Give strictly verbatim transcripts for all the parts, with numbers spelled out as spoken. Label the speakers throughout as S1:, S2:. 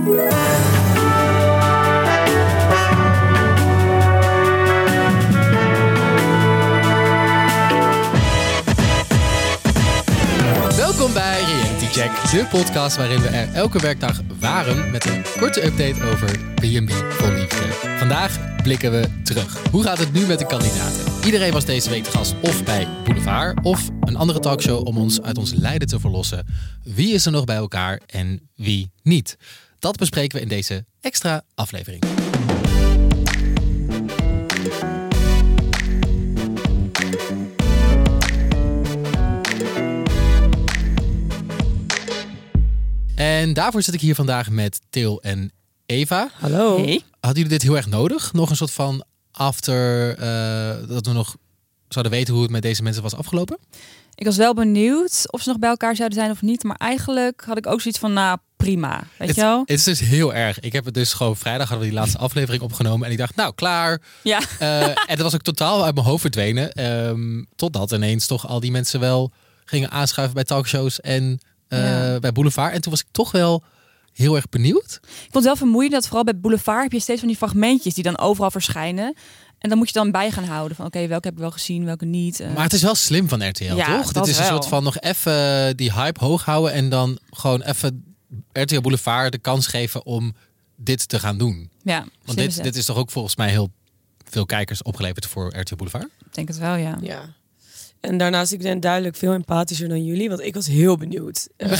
S1: Welkom bij Reality Check, de podcast waarin we er elke werkdag waren met een korte update over B en B Vol Liefde. Vandaag blikken we terug. Hoe gaat het nu met de kandidaten? Iedereen was deze week te gast of bij Boulevard of een andere talkshow om ons uit ons lijden te verlossen. Wie is er nog bij elkaar en wie niet? Dat bespreken we in deze extra aflevering. En daarvoor zit ik hier vandaag met Til en Eva.
S2: Hallo.
S3: Hey.
S1: Hadden jullie dit heel erg nodig? Nog een soort van after, uh, dat we nog zouden weten hoe het met deze mensen was afgelopen?
S3: Ik was wel benieuwd of ze nog bij elkaar zouden zijn of niet. Maar eigenlijk had ik ook zoiets van, nou prima. Weet
S1: Het,
S3: je wel?
S1: het is dus heel erg. Ik heb het dus gewoon vrijdag hadden we die laatste aflevering opgenomen. En ik dacht, nou klaar.
S3: Ja.
S1: Uh, en dat was ook totaal uit mijn hoofd verdwenen. Um, totdat ineens toch al die mensen wel gingen aanschuiven bij talkshows en uh, ja. bij Boulevard. En toen was ik toch wel heel erg benieuwd.
S3: Ik vond het wel vermoeiend dat vooral bij Boulevard heb je steeds van die fragmentjes die dan overal verschijnen. En dan moet je dan bij gaan houden van oké, okay, welke heb ik wel gezien, welke niet. Uh...
S1: Maar het is wel slim van R T L,
S3: ja,
S1: toch? Dit is een
S3: wel.
S1: soort van nog even die hype hoog houden en dan gewoon even R T L Boulevard de kans geven om dit te gaan doen.
S3: Ja,
S1: want dit, dit is toch ook volgens mij heel veel kijkers opgeleverd voor R T L Boulevard?
S3: Ik denk het wel, ja.
S2: Ja. En daarnaast, ik ben duidelijk veel empathischer dan jullie, want ik was heel benieuwd. Uh,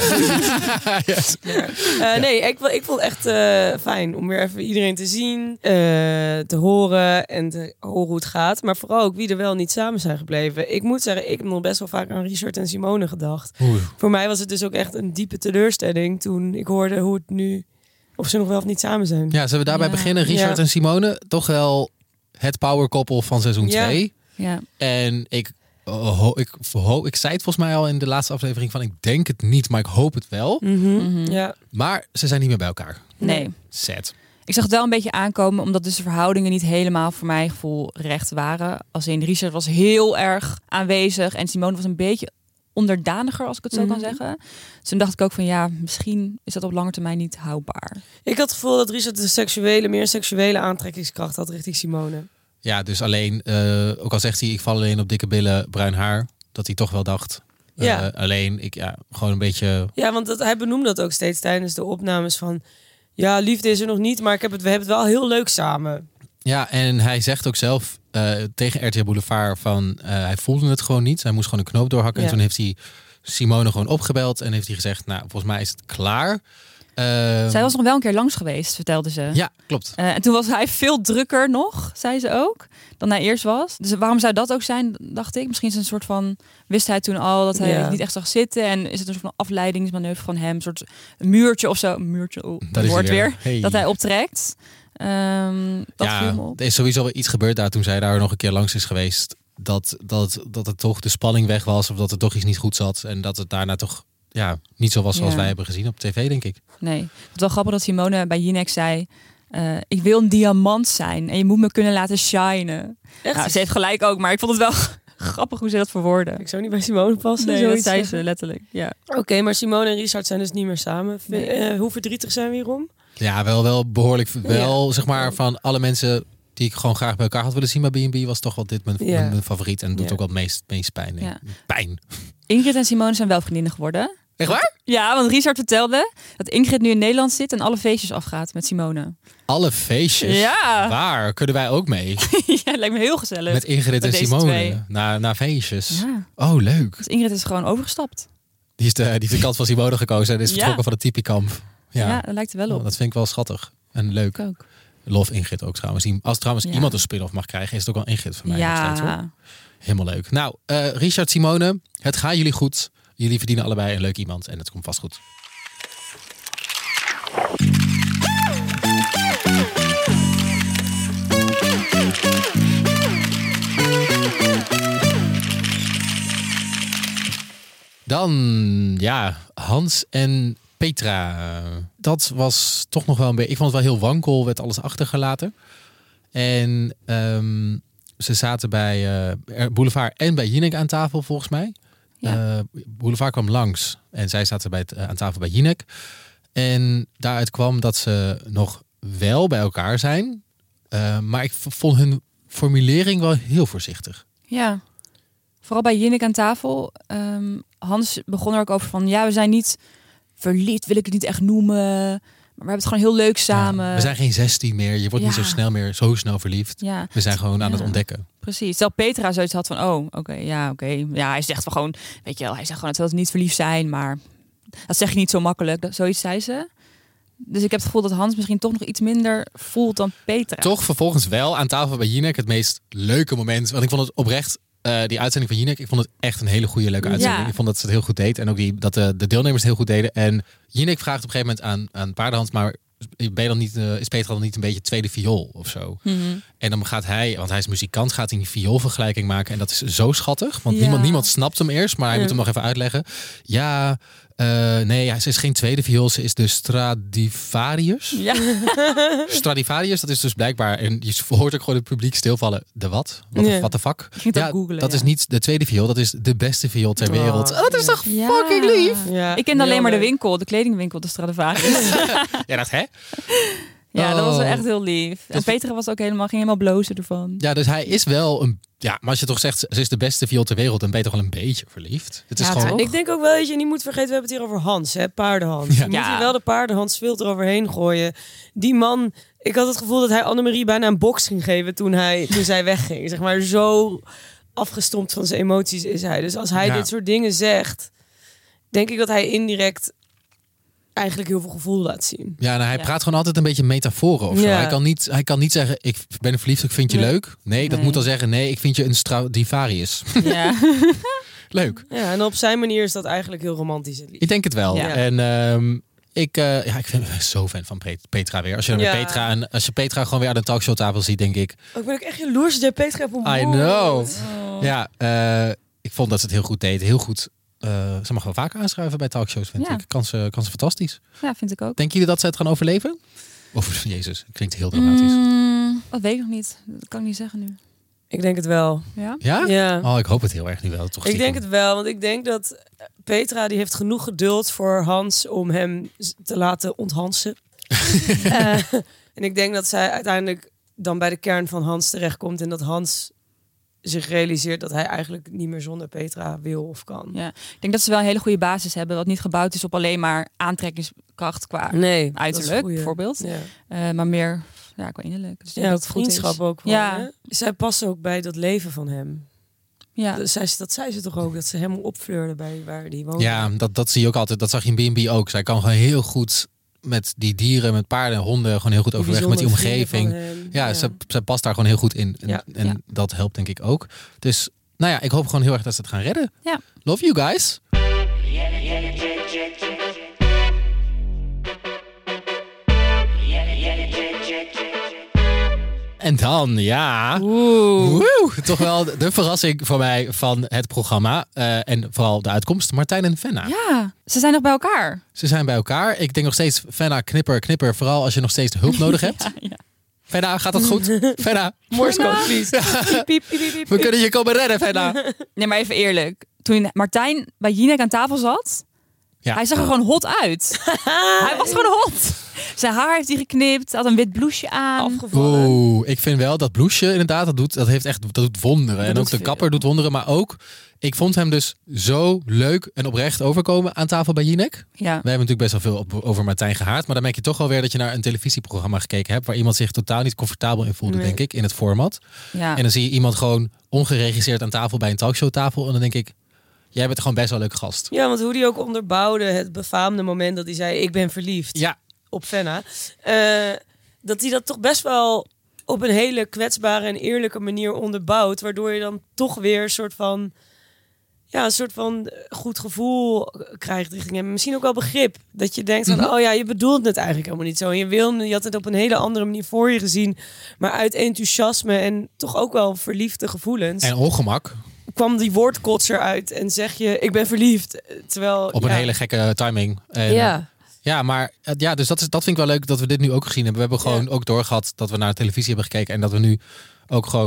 S2: yes. ja. uh, nee, ik, ik vond het echt uh, fijn om weer even iedereen te zien, uh, te horen en te horen hoe het gaat. Maar vooral ook wie er wel niet samen zijn gebleven. Ik moet zeggen, ik heb nog best wel vaak aan Richard en Simone gedacht. Oei. Voor mij was het dus ook echt een diepe teleurstelling toen ik hoorde hoe het nu, of ze nog wel of niet samen zijn.
S1: Ja, zullen we daarbij ja. beginnen? Richard ja. en Simone, toch wel het powerkoppel van seizoen twee.
S3: Ja. Ja.
S1: En ik... Oh, ik, oh, ik zei het volgens mij al in de laatste aflevering van ik denk het niet, maar ik hoop het wel.
S3: Mm-hmm. Mm-hmm.
S2: Ja.
S1: Maar ze zijn niet meer bij elkaar.
S3: Nee.
S1: Sad.
S3: Ik zag het wel een beetje aankomen, omdat dus de verhoudingen niet helemaal voor mijn gevoel recht waren. Als in Richard was heel erg aanwezig en Simone was een beetje onderdaniger, als ik het zo mm-hmm. kan zeggen. Dus toen dacht ik ook van ja, misschien is dat op lange termijn niet houdbaar.
S2: Ik had het gevoel dat Richard de seksuele, meer seksuele aantrekkingskracht had richting Simone.
S1: Ja, dus alleen, uh, ook al zegt hij, ik val alleen op dikke billen, bruin haar, dat hij toch wel dacht. Uh, ja. Alleen, ik ja, gewoon een beetje.
S2: Ja, want dat, hij benoemde dat ook steeds tijdens de opnames van, ja, liefde is er nog niet, maar ik heb het, we hebben het wel heel leuk samen.
S1: Ja, en hij zegt ook zelf uh, tegen R T L Boulevard van, uh, hij voelde het gewoon niet. Hij moest gewoon een knoop doorhakken. Ja. En toen heeft hij Simone gewoon opgebeld en heeft hij gezegd, nou, volgens mij is het klaar.
S3: Uh, Zij was nog wel een keer langs geweest, vertelde ze.
S1: Ja, klopt.
S3: Uh, en toen was hij veel drukker nog, zei ze ook, dan hij eerst was. Dus waarom zou dat ook zijn, dacht ik. Misschien is het een soort van, wist hij toen al dat hij ja. niet echt zag zitten. En is het een soort van afleidingsmanoeuvre van hem. Een soort muurtje of zo. Een muurtje, oh, dat woord weer. Hey. Dat hij optrekt. Um, dat
S1: ja, er is sowieso wel iets gebeurd daar toen zij daar nog een keer langs is geweest. Dat, dat, dat het toch de spanning weg was. Of dat er toch iets niet goed zat. En dat het daarna toch... ja, niet zo was zoals ja. wij hebben gezien op tv, denk ik.
S3: Nee, het was wel grappig dat Simone bij Jinek zei, uh, ik wil een diamant zijn en je moet me kunnen laten shinen. Echt? Nou, ze heeft gelijk ook, maar ik vond het wel grappig hoe ze dat verwoordde.
S2: Ik zou niet bij Simone passen.
S3: Nee, dat zei ze letterlijk. Ja.
S2: Oké, okay, maar Simone en Richard zijn dus niet meer samen. Nee. Uh, hoe verdrietig zijn we hierom?
S1: Ja, wel, wel behoorlijk. Wel, ja. zeg maar, van alle mensen die ik gewoon graag bij elkaar had willen zien bij B en B, was toch wel dit mijn, ja. mijn, mijn favoriet. En doet ja. ook wel het meest, meest pijn. Nee. Ja. Pijn.
S3: Ingrid en Simone zijn wel vriendinnen geworden.
S1: Echt waar?
S3: Ja, want Richard vertelde dat Ingrid nu in Nederland zit en alle feestjes afgaat met Simone.
S1: Alle feestjes?
S3: Ja.
S1: Waar? Kunnen wij ook mee?
S3: Ja, lijkt me heel gezellig.
S1: Met Ingrid en Simone naar, naar feestjes. Ja. Oh, leuk.
S3: Dus Ingrid is gewoon overgestapt.
S1: Die is de, die heeft de kant van Simone gekozen en is vertrokken ja. van het Tipi-kamp. Ja.
S3: ja, dat lijkt er wel op.
S1: Oh, dat vind ik wel schattig en leuk. Ik ook. Love Ingrid ook trouwens. Als trouwens ja. iemand een spin-off mag krijgen, is het ook wel Ingrid van mij.
S3: Ja.
S1: Nog steeds, hoor. Helemaal leuk. Nou, uh, Richard, Simone, het gaat jullie goed. Jullie verdienen allebei een leuk iemand en het komt vast goed. Dan, ja, Hans en Petra. Dat was toch nog wel een beetje... Ik vond het wel heel wankel, werd alles achtergelaten. En um, ze zaten bij uh, Boulevard en bij Jinek aan tafel, volgens mij. Ja. Uh, Boulevard kwam langs en zij zaten bij het, uh, aan tafel bij Jinek. En daaruit kwam dat ze nog wel bij elkaar zijn. Uh, maar ik vond hun formulering wel heel voorzichtig.
S3: Ja, vooral bij Jinek aan tafel. Um, Hans begon er ook over van... ja, we zijn niet verliefd, wil ik het niet echt noemen... maar we hebben het gewoon heel leuk samen.
S1: Ja, we zijn geen zestien meer. Je wordt ja. niet zo snel meer zo snel verliefd. Ja. We zijn gewoon aan ja. het ontdekken.
S3: Precies. Terwijl Petra zoiets had van... oh, oké, okay, ja, oké. Okay. Ja, hij zegt gewoon... weet je wel, hij zegt gewoon dat we niet verliefd zijn... maar dat zeg je niet zo makkelijk. Dat, zoiets zei ze. Dus ik heb het gevoel dat Hans misschien toch nog iets minder voelt dan Petra.
S1: Toch vervolgens wel aan tafel bij Jinek het meest leuke moment. Want ik vond het oprecht... Uh, die uitzending van Jinek, ik vond het echt een hele goede, leuke uitzending. Ja. Ik vond dat ze het heel goed deed. En ook die, dat de, de deelnemers het heel goed deden. En Jinek vraagt op een gegeven moment aan, aan Paardenhans... maar ben je dan niet, uh, is Petra dan niet een beetje tweede viool of zo? Mm-hmm. En dan gaat hij, want hij is muzikant, gaat hij een vioolvergelijking maken. En dat is zo schattig. Want ja. niemand, niemand snapt hem eerst, maar hij ja. moet hem nog even uitleggen. Ja... Uh, nee, ja, ze is geen tweede viool, ze is de Stradivarius. Ja. Stradivarius, dat is dus blijkbaar... en je hoort ook gewoon het publiek stilvallen. De wat? Wat de,
S3: ja.
S1: de fuck?
S3: Ja, googlen,
S1: dat
S3: ja.
S1: is niet de tweede viool, dat is de beste viool ter wereld. Oh, dat is toch ja. fucking lief?
S3: Ja. Ik ken alleen leuk. maar de winkel, de kledingwinkel, de Stradivarius.
S1: Ja, dat hè?
S3: Ja,
S1: oh.
S3: dat was wel echt heel lief. En Petra was ook helemaal, ging helemaal blozen ervan.
S1: Ja, dus hij is wel een... Ja, maar als je toch zegt, ze is de beste viool ter wereld... dan ben je toch wel een beetje verliefd. Het is
S2: ja,
S1: gewoon...
S2: Ik denk ook wel dat je niet moet vergeten... we hebben het hier over Hans, hè, Paardenhans. Ja. Je moet hier wel de Paardenhans filter overheen gooien. Die man... Ik had het gevoel dat hij Annemarie bijna een box ging geven... toen, hij, toen zij wegging. Zeg maar, zo afgestompt van zijn emoties is hij. Dus als hij ja. dit soort dingen zegt... denk ik dat hij indirect... eigenlijk heel veel gevoel laat zien.
S1: Ja, nou, hij ja. praat gewoon altijd een beetje metaforen of zo. Ja. Hij kan niet, hij kan niet zeggen, ik ben verliefd, ik vind je nee. leuk. Nee, dat nee. moet dan zeggen, nee, ik vind je een Stradivarius. Ja. Leuk.
S2: Ja, en op zijn manier is dat eigenlijk heel romantisch.
S1: Ik denk het wel. Ja. En um, ik, uh, ja, ik ben zo fan van Petra weer. Als je, ja. Petra, en als je Petra gewoon weer aan de talkshowtafel ziet, denk ik...
S2: Oh, ik ben ook echt jaloers dat jij Petra hebt ontmoet.
S1: I know. Oh. Ja, uh, ik vond dat ze het heel goed deed. Heel goed... Uh, ze mag wel vaker aanschuiven bij talkshows, vind ja. ik. Kan ze, kan ze fantastisch.
S3: Ja, vind ik ook.
S1: Denken jullie dat ze het gaan overleven? Of Jezus, klinkt heel dramatisch.
S3: Mm, dat weet ik nog niet. Dat kan ik niet zeggen nu.
S2: Ik denk het wel.
S3: Ja?
S1: Ja?
S2: Ja.
S1: Oh, ik hoop het heel erg nu wel. Toch
S2: ik denk het wel, want ik denk dat Petra die heeft genoeg geduld voor Hans om hem te laten onthansen. uh, en ik denk dat zij uiteindelijk dan bij de kern van Hans terechtkomt en dat Hans zich realiseert dat hij eigenlijk niet meer zonder Petra wil of kan.
S3: Ja, ik denk dat ze wel een hele goede basis hebben, wat niet gebouwd is op alleen maar aantrekkingskracht qua nee, uiterlijk, bijvoorbeeld. Ja. Uh, maar meer ja, qua innerlijk. Dus
S2: ja, dat vriendschap ook. Wel, ja. Hè? Zij passen ook bij dat leven van hem. Ja. Dat, zei, dat zei ze toch ook, dat ze helemaal opfleurde bij waar die woonde.
S1: Ja, dat, dat zie je ook altijd. Dat zag je in B en B ook. Zij kan gewoon heel goed met die dieren, met paarden en honden gewoon heel goed overweg met die omgeving. Ja, ja. Ze, ze past daar gewoon heel goed in. En, ja. en ja. dat helpt denk ik ook. Dus nou ja, ik hoop gewoon heel erg dat ze het gaan redden.
S3: Ja.
S1: Love you guys. En dan, ja, woe, toch wel de verrassing voor mij van het programma. Uh, en vooral de uitkomst, Martijn en Fenna.
S3: Ja, ze zijn nog bij elkaar.
S1: Ze zijn bij elkaar. Ik denk nog steeds, Fenna, knipper, knipper. Vooral als je nog steeds hulp nodig hebt. Ja, ja. Fenna, gaat dat goed? Fenna.
S2: Morse code, please.
S1: Ja. Piep, piep, piep, piep. We kunnen je komen redden, Fenna.
S3: Nee, maar even eerlijk. Toen Martijn bij Jinek aan tafel zat... Ja. Hij zag er gewoon hot uit. Hij was gewoon hot. Zijn haar heeft hij geknipt, had een wit blouseje aan.
S1: Oeh, ik vind wel dat blouseje inderdaad, dat doet, dat heeft echt, dat doet wonderen. Dat en doet ook de veel. kapper doet wonderen, maar ook, ik vond hem dus zo leuk en oprecht overkomen aan tafel bij Jinek. Ja. We hebben natuurlijk best wel veel op, over Martijn gehaard, maar dan merk je toch wel weer dat je naar een televisieprogramma gekeken hebt waar iemand zich totaal niet comfortabel in voelde, nee. denk ik, in het format. Ja. En dan zie je iemand gewoon ongeregisseerd aan tafel bij een talkshowtafel en dan denk ik, jij bent gewoon best wel een leuke gast.
S2: Ja, want hoe die ook onderbouwde het befaamde moment dat hij zei, ik ben verliefd
S1: ja.
S2: op Fenna. Uh, dat hij dat toch best wel op een hele kwetsbare en eerlijke manier onderbouwt. Waardoor je dan toch weer een soort van, ja, een soort van goed gevoel krijgt richting hem. Misschien ook wel begrip. Dat je denkt van, mm-hmm. oh ja, je bedoelt het eigenlijk helemaal niet zo. En je, wil, je had het op een hele andere manier voor je gezien. Maar uit enthousiasme en toch ook wel verliefde gevoelens.
S1: En ongemak.
S2: Kwam die woordkotser uit en zeg je, ik ben verliefd. Terwijl,
S1: op een
S2: ja.
S1: hele gekke timing. En,
S2: ja.
S1: Ja, maar ja, dus dat, is, dat vind ik wel leuk dat we dit nu ook gezien hebben. We hebben gewoon ja. ook doorgehad dat we naar de televisie hebben gekeken. En dat we nu ook gewoon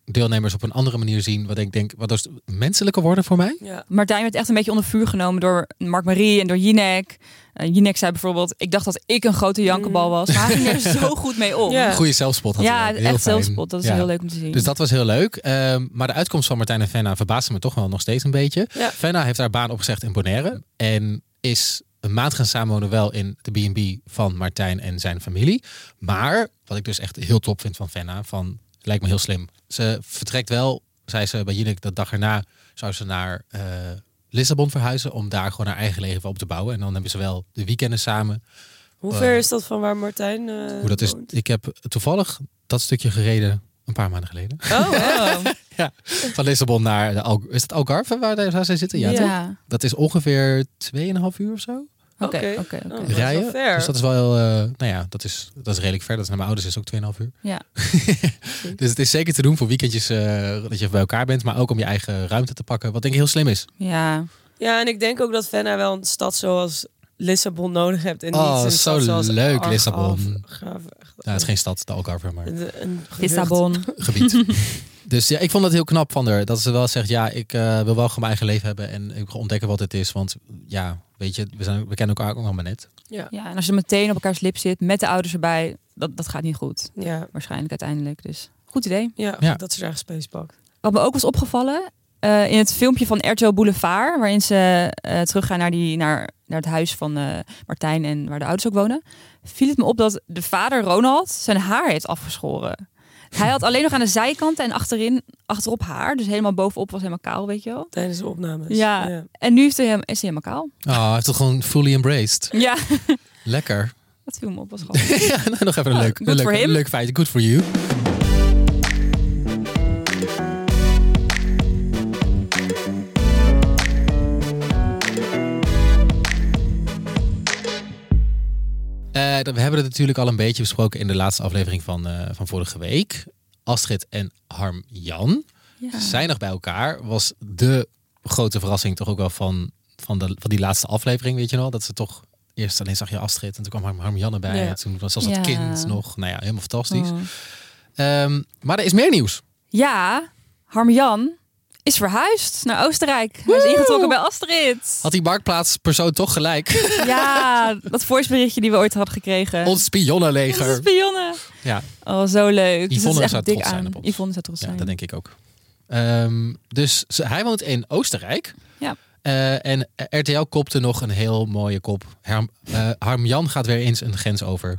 S1: deelnemers op een andere manier zien. Wat ik denk, wat is menselijker worden voor mij?
S2: Ja.
S3: Martijn werd echt een beetje onder vuur genomen door Mark Marie en door Jinek. Uh, Jinek zei bijvoorbeeld, ik dacht dat ik een grote jankenbal was. Maar hij ging er zo goed mee om.
S2: Ja.
S1: Goeie zelfspot had
S3: Ja,
S1: hij. Heel
S3: echt
S1: fijn.
S3: zelfspot. Dat is
S1: Ja.
S3: heel leuk om te zien.
S1: Dus dat was heel leuk. Um, maar de uitkomst van Martijn en Fenna verbaasde me toch wel nog steeds een beetje.
S2: Ja.
S1: Fenna heeft haar baan opgezegd in Bonaire. En is een maand gaan samenwonen wel in de B en B van Martijn en zijn familie. Maar, wat ik dus echt heel top vind van Fenna, van, lijkt me heel slim. Ze vertrekt wel, zei ze bij Jinek, de dag erna zou ze naar uh, Lissabon verhuizen om daar gewoon haar eigen leven op te bouwen. En dan hebben ze wel de weekenden samen.
S2: Hoe ver
S1: Uh,
S2: is dat van waar Martijn uh,
S1: Hoe dat is,
S2: woont?
S1: ik heb toevallig dat stukje gereden een paar maanden geleden.
S2: Oh, oh.
S1: Ja, van Lissabon naar de Al- is het Algarve waar, daar, waar zij zitten? Ja,
S2: Ja.
S1: toch?
S3: Ja.
S1: Dat is ongeveer tweeënhalf uur of zo.
S3: Oké,
S2: Oké.
S3: oké, oké.
S2: Oh, dat is wel
S1: Rijden.
S2: ver.
S1: Dus dat is wel heel, uh, nou ja, dat is, dat is redelijk ver. Dat is naar mijn ouders is ook tweeënhalf uur.
S3: Ja.
S1: Dus het is zeker te doen voor weekendjes uh, dat je bij elkaar bent, maar ook om je eigen ruimte te pakken. Wat denk ik heel slim is.
S3: Ja.
S2: Ja, en ik denk ook dat Fenna wel een stad zoals Lissabon nodig hebt. En
S1: Oh,
S2: niet een
S1: zo
S2: stad zoals
S1: leuk,
S2: Algarve.
S1: Lissabon.
S2: Algarve.
S1: Ja, het is geen stad, de Algarve, maar
S2: Een, een gehucht.
S3: Lissabon.
S1: gebied. Dus ja, ik vond dat heel knap van haar. Dat ze wel zegt, ja, ik uh, wil wel gewoon mijn eigen leven hebben en ik wil ontdekken wat het is. Want ja, weet je, we, zijn, we kennen elkaar ook nog maar net.
S2: Ja.
S3: Ja, en als je meteen op elkaars lip zit met de ouders erbij, dat, dat gaat niet goed.
S2: Ja.
S3: Waarschijnlijk uiteindelijk. Dus goed idee.
S2: Ja,
S1: Ja.
S2: dat ze daar gespace pakt.
S3: Wat me ook was opgevallen, uh, in het filmpje van R T L Boulevard, waarin ze uh, teruggaan naar, die, naar, naar het huis van uh, Martijn en waar de ouders ook wonen, viel het me op dat de vader Ronald zijn haar heeft afgeschoren. Hij had alleen nog aan de zijkanten en achterin, achterop haar. Dus helemaal bovenop was helemaal kaal, weet je wel.
S2: Tijdens de opnames.
S3: Ja,
S2: ja.
S3: en nu is hij, is hij helemaal kaal.
S1: Oh, hij heeft toch gewoon fully embraced.
S3: Ja,
S1: Lekker.
S3: dat viel me op, was grappig.
S1: Ja, nou, nog even een
S3: Oh,
S1: leuk,
S3: good
S1: een
S3: for
S1: leuk,
S3: him.
S1: leuk feitje. Good for you. Uh, we hebben het natuurlijk al een beetje besproken in de laatste aflevering van, uh, van vorige week. Astrid en Harm-Jan
S3: Ja.
S1: zijn nog bij elkaar. Was de grote verrassing toch ook wel van, van, de, van die laatste aflevering, weet je wel? Dat ze toch eerst alleen zag je Astrid en toen kwam Harm, Harm-Jan erbij.
S2: Ja.
S1: En toen was zelfs
S3: Ja.
S1: het kind nog. Nou ja, helemaal fantastisch.
S3: Oh.
S1: Um, maar er is meer nieuws.
S3: Ja, Harm-Jan is verhuisd naar Oostenrijk. Hij is ingetrokken bij Astrid.
S1: Had die marktplaatspersoon toch gelijk?
S3: Ja, dat voiceberichtje die we ooit hadden gekregen.
S1: Ons spionnenleger.
S3: Onze spionnen.
S1: Ja,
S3: Oh, zo leuk. Dus
S1: Yvonne
S3: dat is
S1: zou
S3: echt dik
S1: trots zijn
S3: aan.
S1: op ons.
S3: Yvonne zou trots
S1: ja,
S3: zijn.
S1: dat denk ik ook. Um, dus ze, hij woont in Oostenrijk.
S3: Ja.
S1: Uh, en R T L kopte nog een heel mooie kop. Harm, uh, Harm-Jan gaat weer eens een grens over.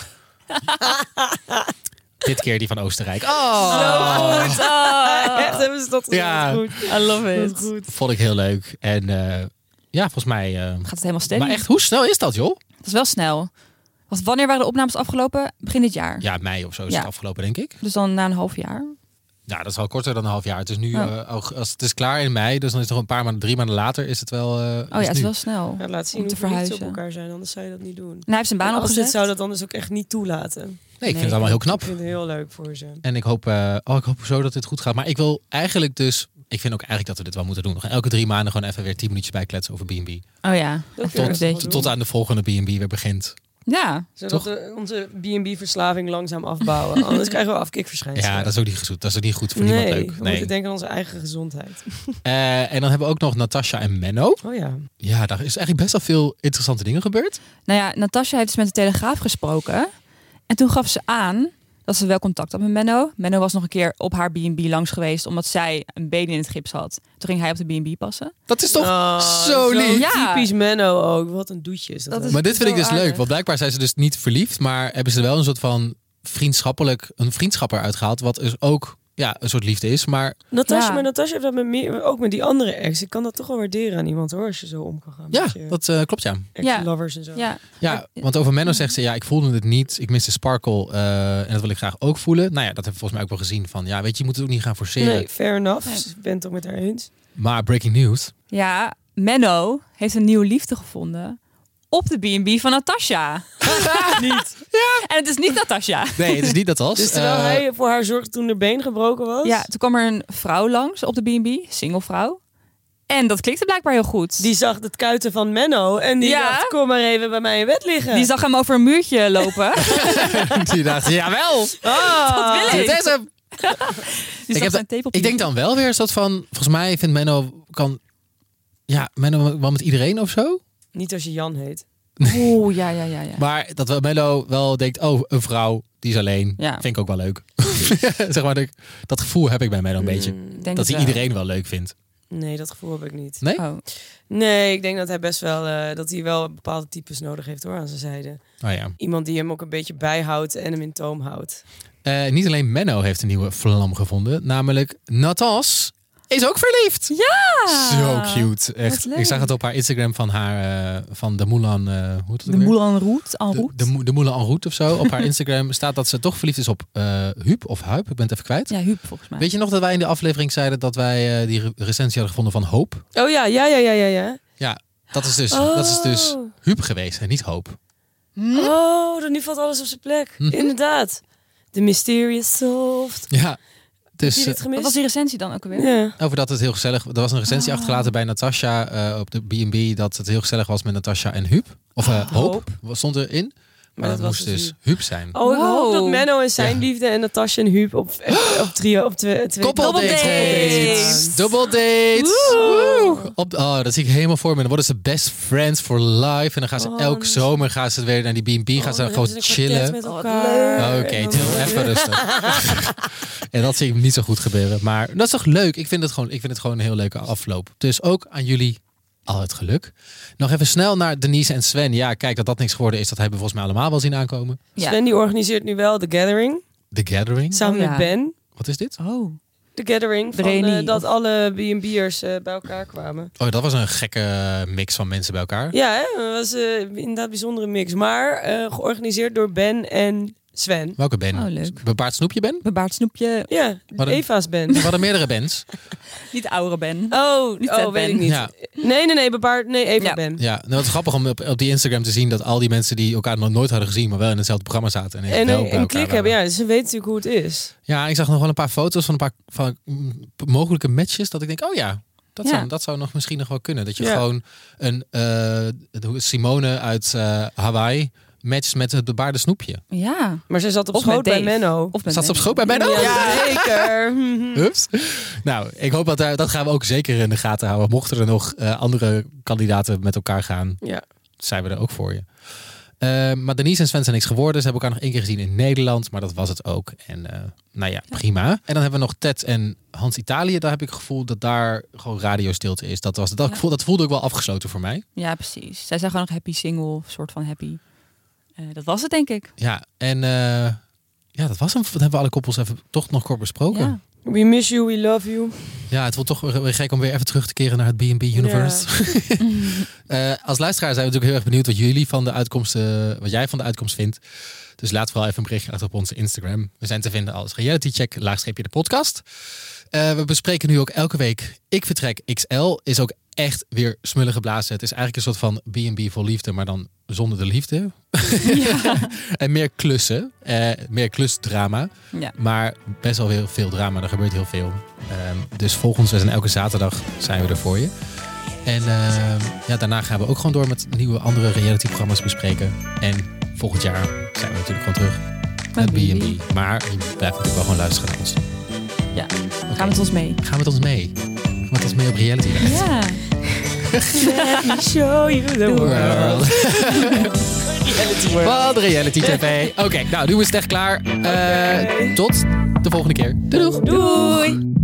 S1: Dit keer die van Oostenrijk. Oh!
S3: Zo goed. Oh.
S2: Echt hebben ze dat gedaan.
S1: Ja.
S2: Goed.
S3: I love
S2: Dat
S3: it.
S2: is goed.
S1: Vond ik heel leuk. En uh, ja, volgens mij... Uh,
S3: Gaat het helemaal steady?
S1: maar echt, hoe snel is dat, joh?
S3: Dat is wel snel. Want wanneer waren de opnames afgelopen? Begin dit jaar.
S1: Ja, mei of zo is
S3: Ja.
S1: het afgelopen, denk ik.
S3: Dus dan na een half jaar.
S1: Ja, dat is al korter dan een half jaar. Het is nu,
S3: Oh.
S1: uh, aug- als het is klaar in mei, dus dan is het nog een paar maanden, drie maanden later is het wel. Uh,
S3: Oh ja, het is wel snel.
S2: Ja, laat zien
S3: Om te
S2: hoe verliefd ze op
S3: verhuizen.
S2: elkaar zijn. Anders zou je dat niet doen.
S3: En hij heeft zijn baan
S2: En Astrid
S3: opgezet.
S2: zou dat anders ook echt niet toelaten.
S1: Nee, ik vind het allemaal heel knap.
S2: Ik vind het heel leuk voor ze.
S1: En ik hoop, uh, oh, ik hoop zo dat dit goed gaat. Maar ik wil eigenlijk dus, ik vind ook eigenlijk dat we dit wel moeten doen. Nog elke drie maanden gewoon even weer tien minuutjes bijkletsen over B en B.
S3: Oh ja.
S2: Dat
S3: Echt
S2: kun je
S3: een
S1: Tot,
S3: idee.
S2: wel doen.
S1: tot aan de volgende B en B weer begint.
S3: Ja.
S2: Zodat
S1: Toch?
S2: we onze B en B-verslaving langzaam afbouwen. Anders krijgen we afkikverschijnselen.
S1: Ja, dat is ook niet goed. Dat is ook niet goed voor
S2: nee,
S1: niemand leuk.
S2: we
S1: Nee.
S2: moeten denken aan onze eigen gezondheid.
S1: Uh, en dan hebben we ook nog Natasha en Menno.
S2: Oh ja.
S1: Ja, daar is eigenlijk best wel veel interessante dingen gebeurd.
S3: Nou ja, Natasja heeft dus met de Telegraaf gesproken. En toen gaf ze aan dat ze wel contact had met Menno. Menno was nog een keer op haar B en B langs geweest, omdat zij een baby in het gips had. Toen ging hij op de B en B passen.
S1: Dat is toch
S2: Oh,
S1: zo lief.
S3: Ja.
S2: Typisch Menno ook. Wat een doetje is dat.
S3: Dat
S2: ook.
S3: is-
S1: Maar dit vind ik
S3: zo
S1: dus leuk,
S3: aardig.
S1: want blijkbaar zijn ze dus niet verliefd, maar hebben ze er wel een soort van vriendschappelijk, een vriendschap eruit gehaald, wat dus ook ja, een soort liefde is, maar
S2: Natasja,
S3: Ja.
S2: maar Natasja heeft dat met meer, ook met die andere ex. Ik kan dat toch wel waarderen aan iemand hoor, als je zo om kan gaan
S1: ja,
S2: met je
S1: dat uh, klopt ja.
S2: ex-lovers en zo.
S3: Ja.
S1: Ja, want over Menno zegt ze, ja, ik voelde het niet, ik miste sparkle uh, en dat wil ik graag ook voelen. Nou ja, dat hebben we volgens mij ook wel gezien van, ja, weet je, je moet het ook niet gaan forceren.
S2: Nee, fair enough.
S3: Nee.
S2: Ik ben het ook met haar eens.
S1: Maar breaking news.
S3: Ja, Menno heeft een nieuwe liefde gevonden op de B en B van Natasja. niet. Ja. En het is niet Natasja.
S1: Nee, het is niet dat als.
S2: Dus terwijl
S1: Uh,
S2: hij voor haar zorgde toen haar been gebroken was.
S3: Ja, toen kwam er een vrouw langs op de B en B, single vrouw. En dat klikte blijkbaar heel goed.
S2: Die zag het kuiten van Menno en die
S3: Ja.
S2: dacht, kom maar even bij mij in bed liggen.
S3: Die zag hem over een muurtje lopen.
S1: die dacht, jawel,
S3: Dat wil ik.
S1: dit is hem.
S3: ik, heb da-
S1: ik denk dan wel weer een soort van... Volgens mij vindt Menno... kan Ja, Menno wel met iedereen of zo?
S2: Niet als je Jan heet.
S3: Oeh, ja, ja, ja, ja.
S1: Maar dat wel Menno wel denkt... Oh, een vrouw, die is alleen.
S3: Ja.
S1: Vind ik ook wel leuk. zeg maar, dat, dat gevoel heb ik bij Menno een
S2: Mm,
S1: beetje.
S3: Denk
S1: Dat hij
S3: wel.
S1: iedereen wel leuk vindt.
S2: Nee, dat gevoel heb ik niet.
S1: Nee?
S3: Oh.
S2: Nee, ik denk dat hij best wel... Uh, dat hij wel bepaalde types nodig heeft hoor, aan zijn zijde.
S1: Oh ja.
S2: Iemand die hem ook een beetje bijhoudt en hem in toom houdt.
S1: Uh, niet alleen Menno heeft een nieuwe vlam gevonden. Namelijk Natas is ook verliefd.
S3: Ja!
S1: Zo cute. Echt.
S3: leuk.
S1: Ik zag het op haar Instagram van haar... Uh, van de Moulin... Uh, hoe heet het
S3: De
S1: weer?
S3: Moulin Rouge. En
S1: De,
S3: route.
S1: de, de Moulin en route of zo. Op haar Instagram staat dat ze toch verliefd is op uh, Huub of Huip. Ik ben het even kwijt.
S3: Ja, Huub volgens mij.
S1: Weet je nog dat wij in de aflevering zeiden dat wij uh, die re- recensie hadden gevonden van Hoop?
S2: Oh ja, ja, ja, ja, ja, ja.
S1: Ja, dat is dus,
S2: Oh.
S1: dat is dus Huub geweest en niet Hoop.
S3: Hm?
S2: Oh, dan nu valt alles op zijn plek.
S1: Hm.
S2: Inderdaad. The mysterious solved.
S1: Ja, dus
S2: Heb je dit
S1: uh,
S2: gemist?
S3: Wat was die recensie dan ook alweer?
S2: Ja.
S1: over dat het heel gezellig... Er was een recensie
S3: Oh.
S1: achtergelaten bij Natasha uh, op de B en B dat het heel gezellig was met Natasha en Huub. Of uh, Hoop.
S2: Hoop.
S1: Wat stond erin? Maar,
S2: dat
S1: dat
S2: was
S1: moest
S2: dus
S1: dus
S2: Huub.
S1: Huub zijn.
S2: Oh, ik
S3: Wow.
S2: hoop dat Menno en zijn
S1: Ja.
S2: liefde en Natasha en Huub op, op trio, op twee, twee
S1: Koppeldate.
S3: Koppeldate.
S1: Double
S2: Woe.
S1: date. Op, oh, dat zie ik helemaal voor me. Dan worden ze best friends for life. En dan gaan ze
S2: Oh,
S1: elke
S2: dan-
S1: zomer gaan ze weer naar die B en B. Gaan
S2: Oh,
S1: ze
S2: dan
S1: gewoon
S2: hebben ze een
S1: chillen.
S2: kwartet met
S3: Oh, wat
S2: elkaar.
S3: leuk.
S1: Oké,
S2: En dan-
S1: Til, even rustig. En dat zie ik niet zo goed gebeuren. Maar dat is toch leuk? Ik vind het gewoon, ik vind het gewoon een heel leuke afloop. Dus ook aan jullie al het geluk. Nog even snel naar Denise en Sven. Ja, kijk, dat dat niks geworden is, dat hebben we volgens mij allemaal wel zien aankomen.
S3: Ja.
S2: Sven die organiseert nu wel The Gathering.
S1: The Gathering.
S2: Samen
S3: Oh, ja.
S2: met Ben.
S1: Wat is dit?
S3: Oh.
S2: The Gathering.
S3: De
S2: Van,
S3: reunie,
S2: eh, dat
S3: of-
S2: alle B en B'ers uh, bij elkaar kwamen.
S1: Oh, dat was een gekke mix van mensen bij elkaar.
S2: Ja, hè? Dat was uh, inderdaad een bijzondere mix. Maar uh, georganiseerd door Ben en Sven.
S1: Welke Ben?
S3: Oh, leuk.
S1: Bepaard Snoepje Ben?
S3: Bebaard snoepje.
S2: Ja,
S1: Wat een-
S2: Eva's Ben.
S1: We hadden meerdere bands.
S3: Niet de oudere Ben.
S2: Oh,
S3: Niet
S2: oh
S3: Ted
S2: weet
S3: Ben.
S2: ik niet.
S1: Ja.
S2: Nee, nee, nee, bepaard. Nee, Eva
S3: Ja.
S2: Ben.
S1: Ja, nou, het is grappig om op, op die Instagram te zien dat al die mensen die elkaar nog nooit hadden gezien, maar wel in hetzelfde programma zaten. En, echt
S2: En
S1: wel
S2: een,
S1: bij
S2: een
S1: elkaar
S2: klik hebben,
S1: waren.
S2: ja. Dus ze weten natuurlijk hoe het is.
S1: Ja, ik zag nog wel een paar foto's van een paar van mm, mogelijke matches. Dat ik denk, oh ja, dat,
S3: Ja.
S1: Zou, dat zou nog misschien nog wel kunnen. Dat je
S2: Ja.
S1: gewoon een uh, Simone uit uh, Hawaii matcht met het bebaarde snoepje.
S3: Ja.
S2: Maar ze zat op
S3: Of
S2: schoot
S3: met
S2: bij
S3: Dave.
S2: Menno.
S3: Of met
S1: Zat ze op
S3: Ben.
S1: schoot bij Menno?
S2: Ja, zeker.
S1: Ups. Nou, ik hoop dat daar, dat gaan we ook zeker in de gaten houden. Mochten er nog uh, andere kandidaten met elkaar gaan,
S2: Ja.
S1: zijn we er ook voor je. Uh, maar Denise en Sven zijn niks geworden. Ze hebben elkaar nog één keer gezien in Nederland, maar dat was het ook. En uh, nou ja, prima. En dan hebben we nog Ted en Hans Italië. Daar heb ik het gevoel dat daar gewoon radiostilte is. Dat, was, dat,
S3: Ja.
S1: voel, dat voelde ook wel afgesloten voor mij.
S3: Ja, precies. Zij zijn gewoon nog happy single, soort van happy. Uh, dat was het, denk ik.
S1: Ja, en uh, ja, dat was hem. Dat hebben we alle koppels even toch nog kort besproken.
S3: Ja.
S2: We miss you, we love you.
S1: Ja, het voelt toch weer gek om weer even terug te keren naar het B en B universe. Ja. uh, als luisteraar zijn we natuurlijk heel erg benieuwd wat jullie van de uitkomsten, wat jij van de uitkomst vindt. Dus laat vooral even een berichtje achter op onze Instagram. We zijn te vinden als realitycheck, laagstreepje de podcast. Uh, we bespreken nu ook elke week Ik Vertrek X L. Is ook echt weer smullen geblazen. Het is eigenlijk een soort van B en B vol liefde, maar dan zonder de liefde. Ja. En meer klussen. Uh, meer klusdrama.
S3: Ja.
S1: Maar best wel weer veel drama. Er gebeurt heel veel. Um, dus volg ons. We zijn elke zaterdag zijn we er voor je. En uh, ja, daarna gaan we ook gewoon door met nieuwe andere reality-programma's bespreken. En volgend jaar zijn we natuurlijk gewoon terug met B en B. Maar je blijft natuurlijk wel gewoon luisteren naar ons.
S3: Ja, okay. Ga met ons mee.
S1: Ga met ons mee. Ga met ons mee op reality.
S3: Ja.
S2: Let me show you the, the world.
S1: Reality world. Wat reality tv. Oké, okay, nou, nu is het echt klaar. Uh, okay. Tot de volgende keer. Doei.
S2: Doei.